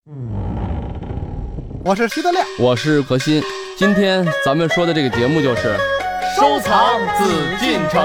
我是徐德亮， 我是何鑫。今天咱们说的这个节目就是收藏紫禁城。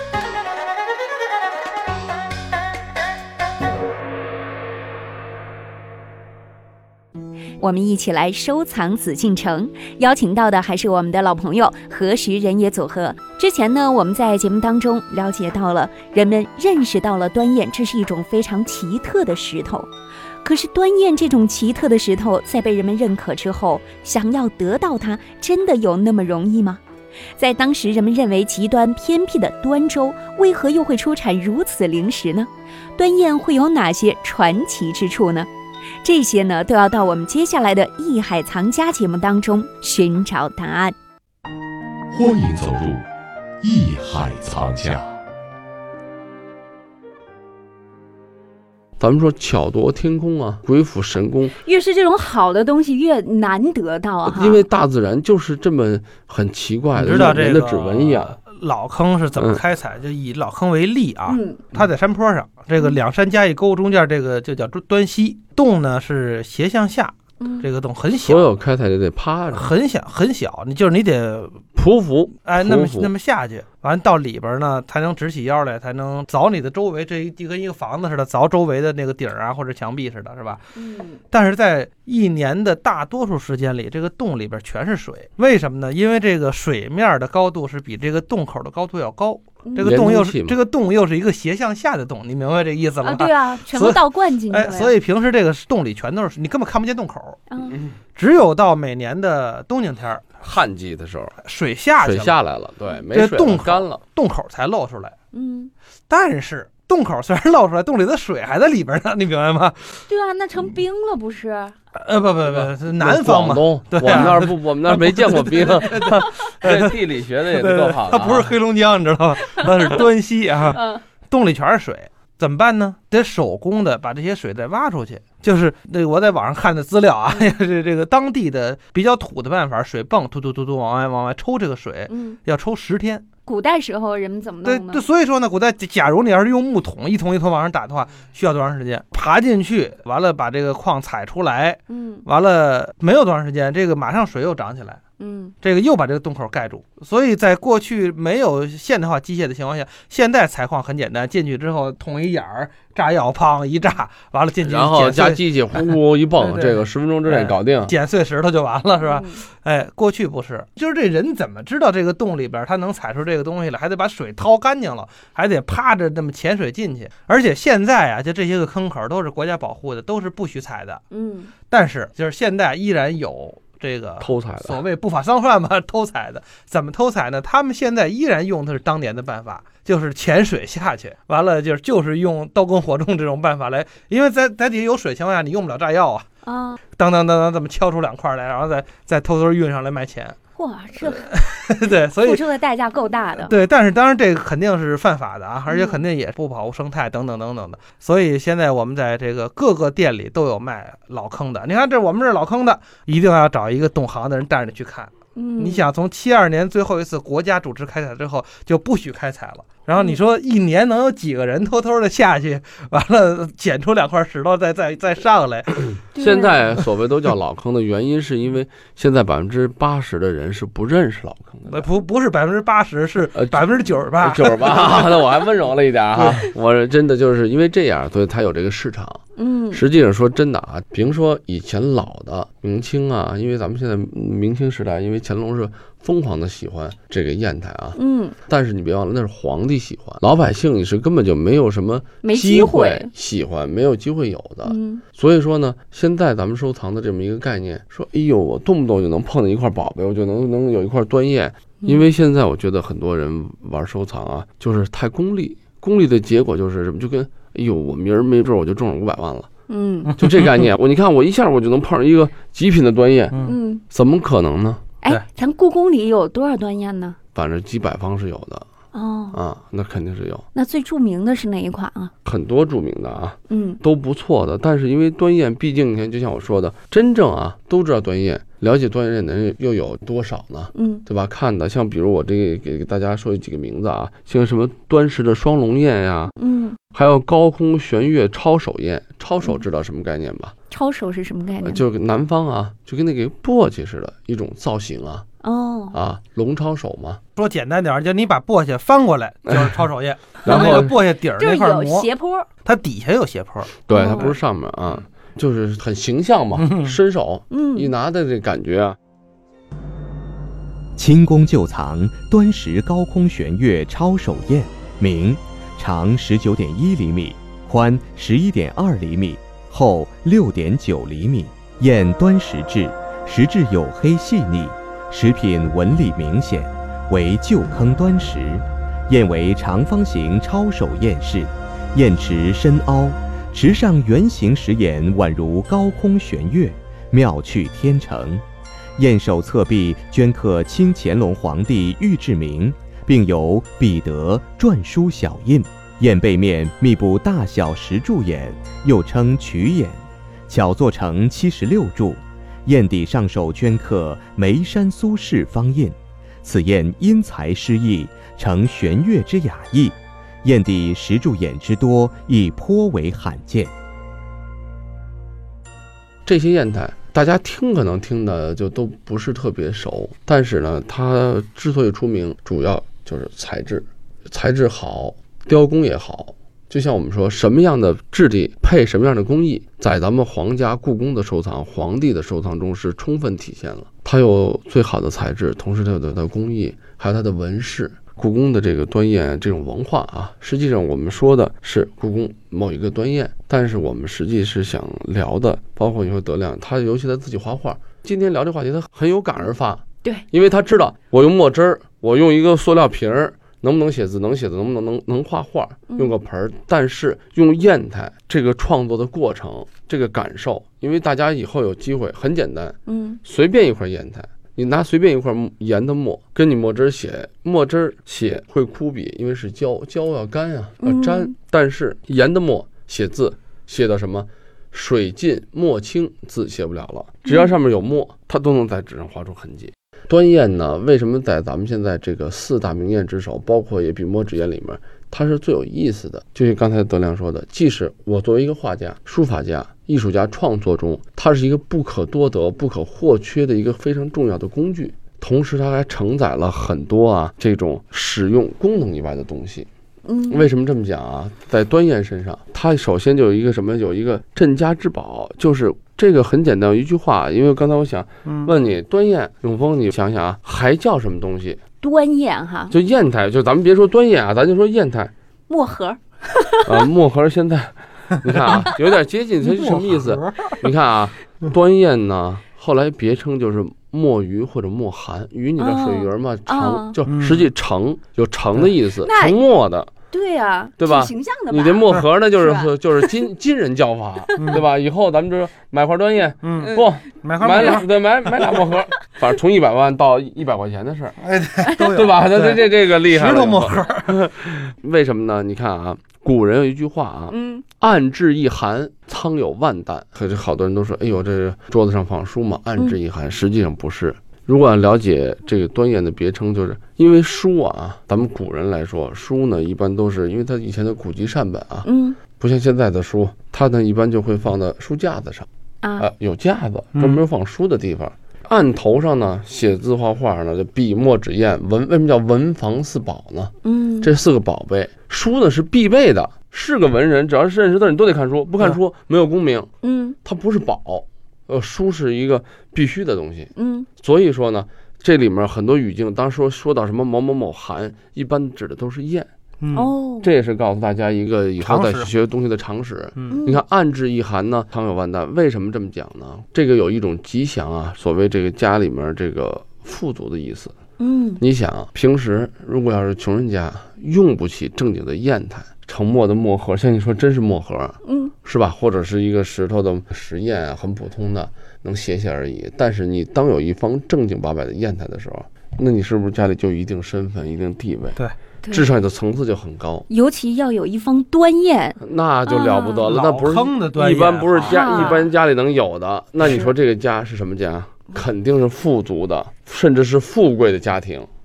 我们一起来收藏紫禁城，邀请到的还是我们的老朋友何时人也组合。之前呢，我们在节目当中了解到了，人们认识到了端砚，这是一种非常奇特的石头。可是端砚这种奇特的石头，在被人们认可之后，想要得到它，真的有那么容易吗？在当时人们认为极端偏僻的端州，为何又会出产如此灵石呢？端砚会有哪些传奇之处呢？这些呢，都要到我们接下来的《艺海藏家》节目当中寻找答案。 欢迎走入艺海藏家。 咱们说巧夺天工啊，鬼斧神工， 越是这种好的东西越难得到啊， 因为大自然就是这么很奇怪的， 知道这个人的指纹一样。 老坑是怎么开采？就以老坑为例啊，它在山坡上，这个两山加一沟，中间这个就叫端溪，洞呢是斜向下，这个洞很小， 所有开采得趴着， 很小，你得匍匐， 哎，那么下去，完到里边呢，才能直起腰来，才能凿你的周围，这就跟一个房子似的，凿周围的那个顶啊或者墙壁似的，是吧？但是在一年的大多数时间里，这个洞里边全是水，为什么呢？因为这个水面的高度是比这个洞口的高度要高。这个洞又是一个斜向下的洞，你明白这意思了吗？ 对啊，全部倒灌进去。 所以平时这个洞里全都是，你根本看不见洞口。只有到每年的冬景天旱季的时候， 水下来了，对，没水了，干了， 洞口才露出来。但是洞口虽然露出来，洞里的水还在里边呢，你明白吗？ 对啊，那成冰了不是？ 不，南方嘛， 对啊，我们那儿没见过冰。这地理学的也够好的。 它不是黑龙江，你知道吗？那是端溪啊，洞里全是水，怎么办呢？得手工的把这些水再挖出去。就是那个我在网上看的资料啊，这个当地的比较土的办法，水泵突往外抽这个水，要抽10天。 古代时候人们怎么弄呢？ 对，所以说呢，古代假如你要是用木桶一桶往上打的话，需要多长时间？爬进去，完了把这个矿采出来，完了没有多长时间，这个马上水又涨起来，这个又把这个洞口盖住。所以在过去没有现代化机械的情况下，现在采矿很简单，进去之后捅一眼儿，炸药砰一炸，完了进去， 然后加机器呼呼一蹦，这个10分钟之内搞定， 剪碎石头就完了，是吧？过去不是，就是这人怎么知道这个洞里边他能采出这个东西来？还得把水掏干净了，还得趴着那么潜水进去。而且现在啊，就这些个坑口都是国家保护的，都是不许采的。但是就是现在依然有这个偷采的， 所谓不法商贩嘛，偷采的。怎么偷采呢？他们现在依然用的是当年的办法，就是潜水下去，完了就是用刀耕火种这种办法来，因为在底下有水情况下，你用不了炸药啊，当这么敲出2块来，然后再偷偷运上来卖钱。 哇，这对，所以付出的代价够大的。 对，但是当然这个肯定是犯法的啊，而且肯定也不保护生态等等的。所以现在我们在这个各个店里都有卖老坑的。你看我们这老坑的，一定要找一个懂行的人带着你去看。你想从72年最后一次国家主持开采之后，就不许开采了。然后你说一年能有几个人偷偷的下去，完了捡出2块石头再上来？ 现在所谓都叫老坑的原因，是因为现在80%的人是不认识老坑的。 不是80%，是98%。 98%，那我还温柔了一点哈。我真的就是因为这样，所以才有这个市场。实际上说真的啊，别说以前老的明清啊，因为咱们现在明清时代，因为乾隆是疯狂的喜欢这个砚台啊，但是你别忘了，那是皇帝喜欢，老百姓你是根本就没有什么机会喜欢，没有机会有的。所以说呢，现在咱们收藏的这么一个概念，说哎呦，我动不动就能碰见一块宝贝，我就能有一块端砚。因为现在我觉得很多人玩收藏啊，就是太功利的结果就是什么，就跟哎呦，我明儿没准我就中了500万了。就这概念，你看我一下我就能碰上一个极品的端砚，怎么可能呢？ 咱故宫里有多少端砚呢？ 反正几百方是有的。那肯定是有。 那最著名的是哪一款啊？ 很多著名的啊，都不错的。但是因为端砚，毕竟你看，就像我说的，真正啊都知道端砚，了解端砚的人又有多少呢？对吧？看的像比如我这个给大家说几个名字啊，像什么端石的双龙砚呀，还有高空悬月抄手砚。抄手知道什么概念吧？ 抄手是什么概念？ 就南方啊，就跟那个簸箕似的一种造型啊。龙抄手嘛。 说简单点，就你把簸箕翻过来就是抄手印， 然后那个簸箕底儿那块就是有斜坡， 它底下有斜坡。 对，它不是上面啊，就是很形象嘛，伸手，一拿的这感觉啊。 清宫旧藏端石高空悬月抄手砚，名，长19.1厘米，宽11.2厘米，厚6.9厘米，砚端石质，石质黝黑细腻，石品纹理明显，为旧坑端石。砚为长方形抄手砚式，砚池深凹，池上圆形石眼宛如高空悬月，妙趣天成。砚首侧壁镌刻清乾隆皇帝御制名，并有彼得篆书小印。砚背面密布大小石柱眼，又称曲眼，巧做成76柱。砚底上首镌刻眉山苏轼方印。此砚因材施艺，成玄月之雅意。砚底石柱眼之多，亦颇为罕见。 这些砚台大家可能听的就都不是特别熟，但是呢，它之所以出名，主要就是材质好，雕工也好。就像我们说，什么样的质地配什么样的工艺，在咱们皇家故宫的收藏、皇帝的收藏中是充分体现了。它有最好的材质，同时它有它的工艺，还有它的纹饰。故宫的这个端砚这种文化啊，实际上我们说的是故宫某一个端砚，但是我们实际是想聊的，包括你说德亮，他尤其他自己画画。今天聊这话题，他很有感而发， 对， 因为他知道我用墨汁儿，我用一个塑料瓶儿，能不能写字？能写字，能画画？用个盆儿，但是用砚台这个创作的过程，这个感受，因为大家以后有机会，很简单，随便一块砚台。你拿随便一块盐的墨，跟你墨汁写，墨汁写会枯笔，因为是胶要干啊，要粘。但是盐的墨写字写到什么，水尽墨清，字写不了了。只要上面有墨，它都能在纸上画出痕迹。端砚呢，为什么在咱们现在这个4大名砚之首，包括也笔墨纸砚里面，它是最有意思的？就像刚才德亮说的，即使我作为一个画家、书法家、艺术家创作中，它是一个不可多得、不可或缺的一个非常重要的工具，同时它还承载了很多这种使用功能以外的东西。为什么这么讲啊？在端砚身上，它首先就有一个什么，有一个镇家之宝，就是这个很简单一句话。因为刚才我想问你，端砚，永峰，你想想啊，还叫什么东西？ 端砚哈， 就砚台，就咱们别说端砚啊，咱就说砚台。 墨盒墨盒现在你看啊，有点接近，它是什么意思？你看啊，端砚呢，后来别称就是墨鱼或者墨函。鱼你知道水鱼嘛，盛就实际盛有盛的意思，盛墨的。 对呀， 对吧？ 形象的吧。 你这墨盒呢，就是金人叫法，对吧？以后咱们就说买块端砚，不买俩墨盒，反正从100万到100块钱的事儿，对吧？这个厉害了。 石头墨盒， 为什么呢？你看啊，古人有一句话啊，暗置一函，仓有万担。可是好多人都说，哎呦，这桌子上放书嘛，暗置一函，实际上不是。如果要了解这个端砚的别称，就是因为书啊，咱们古人来说，书呢一般都是因为它以前的古籍善本啊，不像现在的书，它呢一般就会放在书架子上有架子专门放书的地方。案头上呢写字画画呢，就笔墨纸砚文，为什么叫文房4宝呢？这4个宝贝，书呢是必备的，是个文人只要是认识字你都得看书，不看书没有功名。它不是宝。书是一个必须的东西，所以说呢，这里面很多语境，当时说到什么某某某函，一般指的都是砚。这也是告诉大家一个以后在学东西的常识。你看暗置一函呢，仓有万担，为什么这么讲呢？这个有一种吉祥啊，所谓这个家里面这个富足的意思。你想平时如果要是穷人家用不起正经的砚台，盛墨的墨盒，像你说真是墨盒，是吧？或者是一个石头的石砚啊，很普通的，能写写而已。但是你当有一方正经八百的砚台的时候，那你是不是家里就有一定身份、一定地位？ 对， 至少你的层次就很高。 尤其要有一方端砚， 那就了不得了。那不是一般不是一般家里能有的。那你说这个家是什么家？肯定是富足的，甚至是富贵的家庭。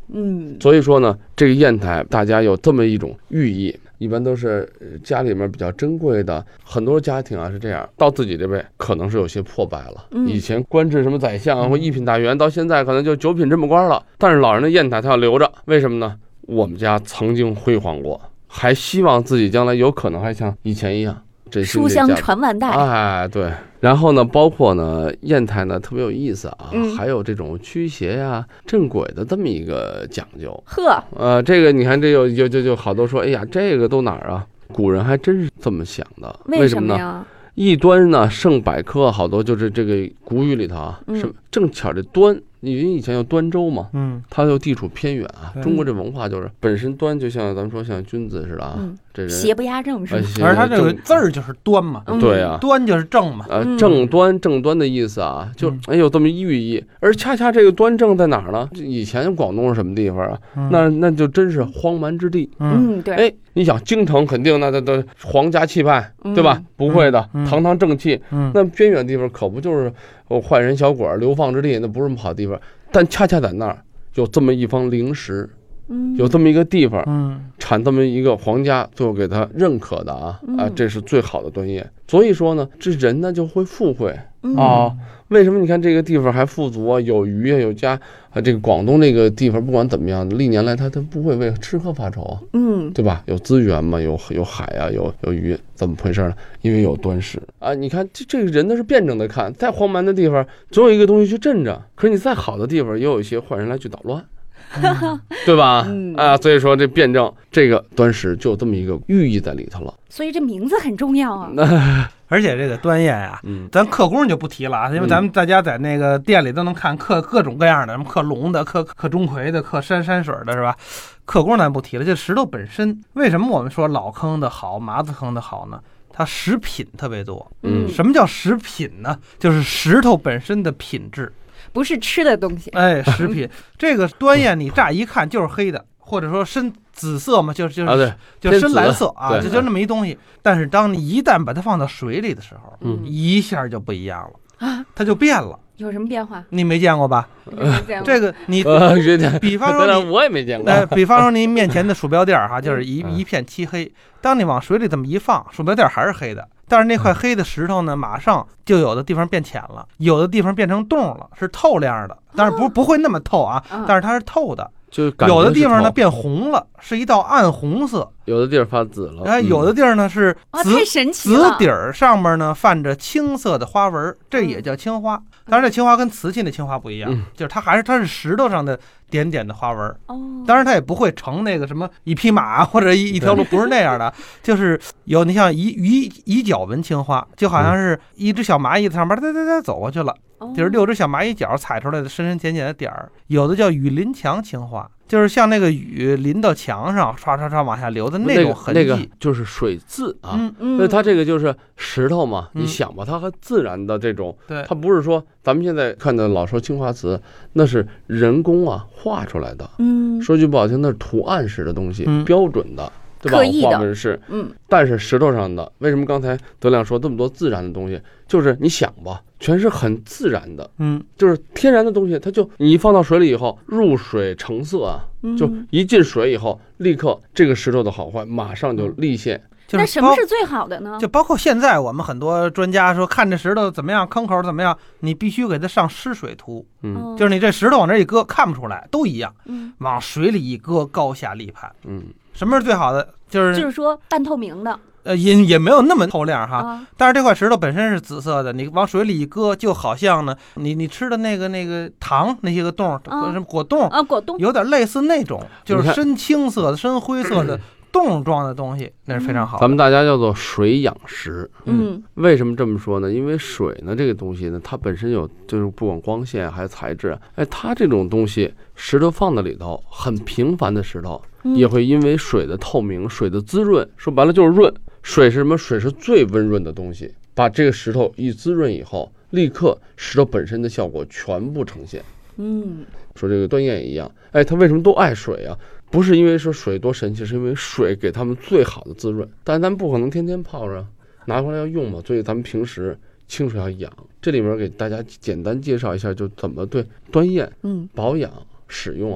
所以说呢，这个砚台大家有这么一种寓意，一般都是家里面比较珍贵的，很多家庭啊是这样，到自己这辈可能是有些破败了。以前官至什么宰相或一品大员，到现在可能就9品芝麻官了。但是老人的砚台他要留着，为什么呢？我们家曾经辉煌过，还希望自己将来有可能还像以前一样。 书香传万代， 哎，对。然后呢，包括呢，砚台呢特别有意思啊，还有这种驱邪呀、镇鬼的这么一个讲究。这个你看，这就好多说，哎呀，这个都哪儿啊？古人还真是这么想的。为什么呢？一端呢胜百科，好多就是这个古语里头啊，是正巧这端。因为以前有端州嘛，它又地处偏远啊。中国这文化就是本身端，就像咱们说像君子似的啊，这人邪不压正是吧？ 而它这个字儿就是端嘛， 对啊， 端就是正嘛， 正端的意思啊，就有这么寓意。而恰恰这个端正在哪儿呢？以前广东是什么地方啊？那就真是荒蛮之地。 对。 哎，你想京城肯定那都皇家气派，对吧？不会的，堂堂正气。那边远地方可不就是坏人小鬼流放之地？那不是什么好地方。但恰恰在那儿有这么一方灵石，有这么一个地方，产这么一个皇家最后给他认可的啊，这是最好的端砚。所以说呢，这人呢就会富贵啊。为什么你看这个地方还富足啊，有鱼啊，有家啊？这个广东那个地方不管怎么样，历年来他不会为吃喝发愁，对吧？有资源嘛，有海啊，有鱼，怎么回事呢？因为有端石啊。你看这个人呢是辩证的看，再荒蛮的地方总有一个东西去镇着，可是你再好的地方也有一些坏人来去捣乱。对吧？所以说这辩证这个端石就有这么一个寓意在里头了。 所以这名字很重要啊。 而且这个端砚啊，咱刻工就不提了啊，因为咱们大家在那个店里都能看刻各种各样的，什么刻龙的、刻钟馗的、刻山水的，是吧？刻工咱不提了。这石头本身，为什么我们说老坑的好，麻子坑的好呢？它石品特别多。什么叫石品呢？就是石头本身的品质。 不是吃的东西， 食品。这个端砚你乍一看就是黑的，或者说深紫色嘛，就深蓝色啊，就那么一东西。但是当你一旦把它放到水里的时候，一下就不一样了啊，它就变了。 有什么变化？ 你没见过吧？这个你比方说我也没见过。 比方说您面前的鼠标垫哈，就是一片漆黑，当你往水里这么一放，鼠标垫还是黑的。但是那块黑的石头呢，马上就有的地方变浅了，有的地方变成洞了，是透亮的，但是不会那么透啊，但是它是透的。有的地方呢变红了，是一道暗红色； 有的地儿发紫了， 有的地儿呢是紫底儿，上面呢泛着青色的花纹，这也叫青花。当然，这青花跟瓷器的青花不一样，就是它是石头上的点点的花纹。当然它也不会成那个什么一匹马或者一条路，不是那样的，就是有你像以角纹青花，就好像是一只小蚂蚁在上面哒走过去了。就是6只小蚂蚁脚踩出来的深深浅浅的点儿。有的叫雨淋墙青花，就是像那个雨淋到墙上刷刷刷往下流的那种痕迹， 那个就是水渍啊。所以它这个就是石头嘛，你想吧，它和自然的这种，它不是说咱们现在看的老说青花瓷，那是人工啊画出来的。说句不好听，那是图案式的东西，标准的。对吧？画纹是，但是石头上的，为什么刚才德亮说这么多自然的东西？就是你想吧，全是很自然的，就是天然的东西，它就你一放到水里以后，入水成色啊，就一进水以后，立刻这个石头的好坏马上就立现。 那什么是最好的呢？ 就包括现在我们很多专家说，看这石头怎么样，坑口怎么样，你必须给它上湿水图。就是你这石头往这一搁，看不出来，都一样。往水里一搁，高下立判。什么是最好的？就是说半透明的。 也没有那么透亮哈，但是这块石头本身是紫色的，你往水里一搁，就好像呢，你吃的那个糖那些个冻，什么果冻啊， 果冻， 有点类似那种，就是深青色的、深灰色的冻状的东西，那是非常好的。 咱们大家叫做水养石。为什么这么说呢？因为水呢这个东西呢，它本身有就是不管光线还有材质，它这种东西石头放在里头，很平凡的石头，也会因为水的透明、水的滋润，说白了就是润。水是什么？水是最温润的东西。把这个石头一滋润以后，立刻石头本身的效果全部呈现。说这个端砚也一样，它为什么都爱水啊？不是因为说水多神奇，是因为水给他们最好的滋润。但咱不可能天天泡着，拿回来要用嘛，所以咱们平时清水要养。这里面给大家简单介绍一下，就怎么对端砚保养使用啊。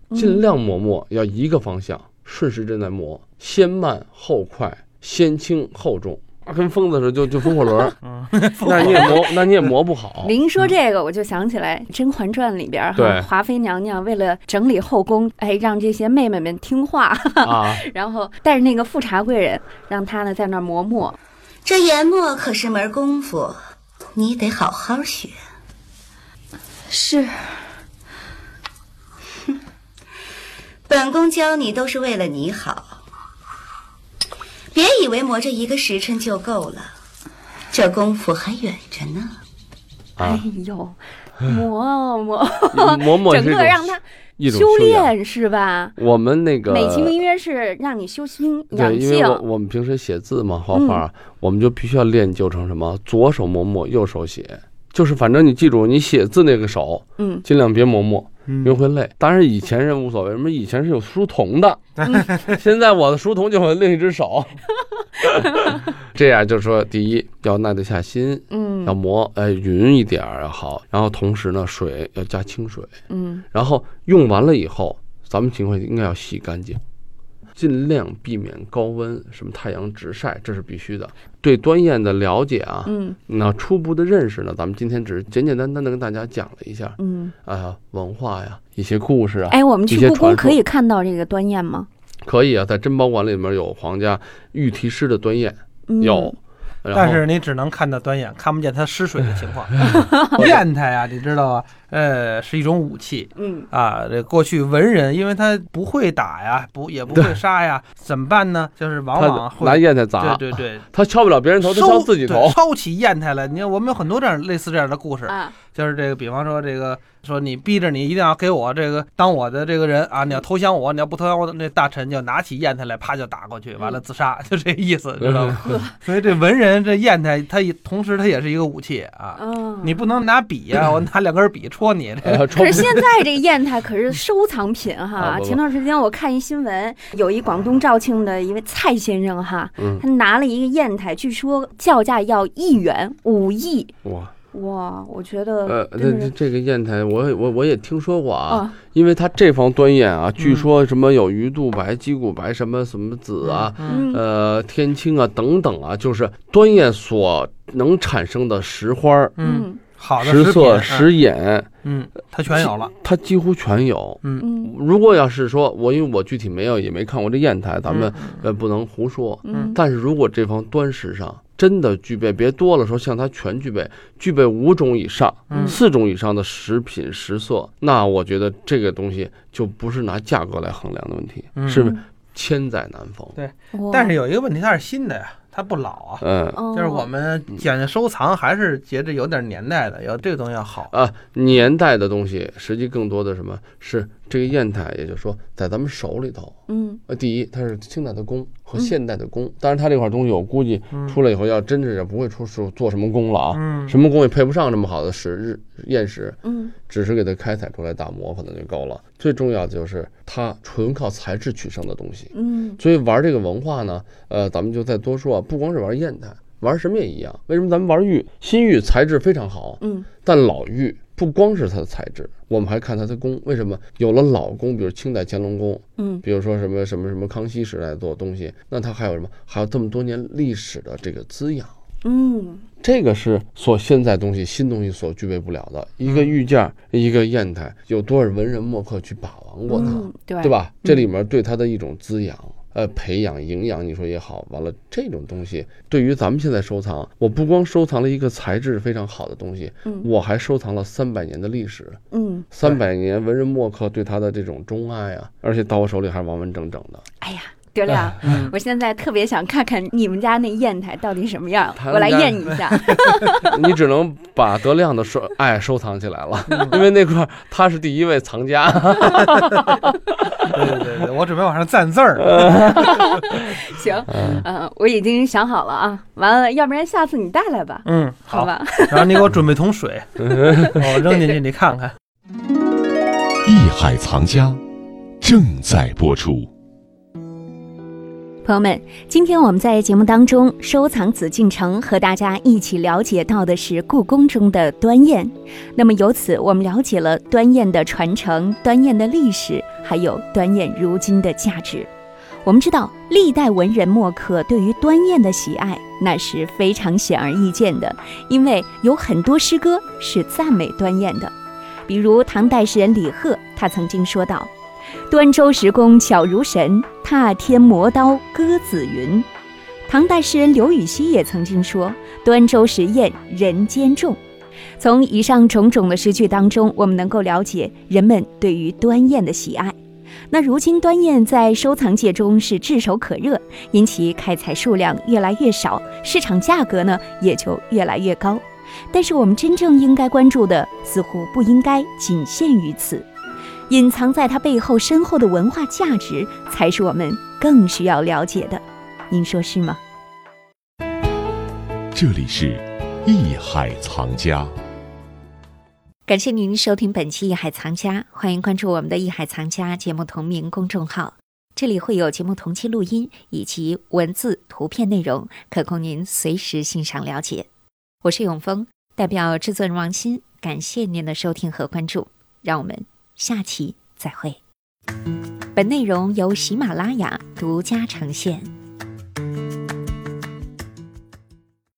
尽量磨墨要一个方向，顺时针来磨，先慢后快，先轻后重。跟疯子似的就风火轮，那你也磨不好。 您说这个，我就想起来《甄嬛传》里边哈，华妃娘娘为了整理后宫，让这些妹妹们听话，然后带着那个富察贵人，让他呢在那儿磨墨。 这研墨可是门功夫，你得好好学。 是。 本宫教你都是为了你好。别以为磨这1个时辰就够了，这功夫还远着呢。 哎呦，磨整个让他修炼是吧？ 我们那个美其名曰是让你修心养性。 因为我们平时写字嘛，画画，我们就必须要练就成什么？左手磨墨，右手写，就是反正你记住，你写字那个手，尽量别磨墨。因为会累，当然以前人无所谓，什么以前是有书童的，现在我的书童就会另一只手，这样就是说，第一要耐得下心，要磨，匀一点要好，然后同时呢，水要加清水，然后用完了以后，咱们情况应该要洗干净，尽量避免高温，什么太阳直晒，这是必须的。对端砚的了解啊，那初步的认识呢，咱们今天只是简简单单的跟大家讲了一下，文化呀，一些故事啊， 我们去故宫可以看到这个端砚吗？ 可以啊，在珍宝馆里面有皇家御题诗的端砚，有。 但是你只能看到端砚，看不见它失水的情况。砚台啊，你知道啊，是一种武器。这过去文人因为他不会打呀，也不会杀呀，怎么办呢？就是往往会拿砚台砸。 对， 他敲不了别人头，他敲自己头。 抄起砚台来，你看我们有很多类似这样的故事，就是这个，比方说这个。说你逼着你一定要给我这个当我的这个人啊！你要投降我，你要不投降我，那大臣就拿起砚台来，啪就打过去，完了自杀，就这意思，知道吗？所以这文人这砚台，同时它也是一个武器啊！你不能拿笔啊，我拿2根笔戳你。 可是现在这个砚台可是收藏品哈！前段时间我看一新闻，有一广东肇庆的一位蔡先生哈，他拿了一个砚台，据说叫价要1元，5亿。哇，我觉得这个砚台我也听说过啊，因为它这方端砚啊，据说什么有鱼肚白、鸡骨白、什么紫啊，天青啊等等啊，就是端砚所能产生的石花， 好的石色、石眼， 它全有了， 它几乎全有。如果要是说因为我具体也没看过这砚台，咱们不能胡说。但是如果这方端石上真的具备，别多了说，像它全具备5种以上、4种以上的石品石色，那我觉得这个东西就不是拿价格来衡量的问题，是千载难逢。 对，但是有一个问题，它是新的呀。它不老啊，就是我们讲究收藏，还是觉得有点年代的，这个东西要好啊。年代的东西，实际更多的什么是这个砚台，也就是说在咱们手里头，第一它是清代的工和现代的工，当然它这块东西我估计出来以后要真是也不会做什么工了啊，什么工也配不上这么好的砚石，只是给它开采出来打磨可能就够了。最重要的就是它纯靠材质取胜的东西，所以玩这个文化呢，咱们就再多说啊，不光是玩砚台，玩什么也一样。为什么咱们玩玉？新玉材质非常好，但老玉不光是它的材质，我们还看它的工。为什么有了老工，比如清代乾隆宫，比如说什么康熙时代做东西，那它还有什么？还有这么多年历史的这个滋养。这个是现在东西新东西所具备不了的。一个玉件，一个砚台，有多少文人墨客去把玩过它，对吧？这里面对它的一种滋养。培养营养，你说也好，完了这种东西对于咱们现在收藏，我不光收藏了一个材质非常好的东西，我还收藏了300年的历史，300年文人墨客对它的这种钟爱啊，而且到我手里还完完整整的。 哎呀，德亮，我现在特别想看看你们家那砚台到底什么样，我来验一下。 你只能把德亮的爱收藏起来了，因为那块他是第一位藏家。 对，我准备往上赞字儿。 行，我已经想好了啊。完了，要不然下次你带来吧。好吧。 然后你给我准备桶水，我扔进去，你看看。 艺海藏家正在播出。 朋友们，今天我们在节目当中收藏紫禁城和大家一起了解到的是故宫中的端砚。那么由此我们了解了端砚的传承、端砚的历史， 还有端砚如今的价值。我们知道，历代文人墨客对于端砚的喜爱那是非常显而易见的，因为有很多诗歌是赞美端砚的。比如唐代诗人李贺，他曾经说道：端州石工巧如神，踏天磨刀歌子云。唐代诗人刘禹锡也曾经说：端州石砚人间重。从以上种种的诗句当中，我们能够了解人们对于端砚的喜爱。那如今端砚在收藏界中是炙手可热，因其开采数量越来越少，市场价格呢也就越来越高。但是我们真正应该关注的似乎不应该仅限于此，隐藏在它背后深厚的文化价值才是我们更需要了解的。您说是吗？ 这里是艺海藏家。 感谢您收听本期艺海藏家，欢迎关注我们的艺海藏家节目同名公众号，这里会有节目同期录音以及文字图片内容，可供您随时欣赏了解。我是永峰，代表制作人王鑫，感谢您的收听和关注，让我们下期再会。本内容由喜马拉雅独家呈现。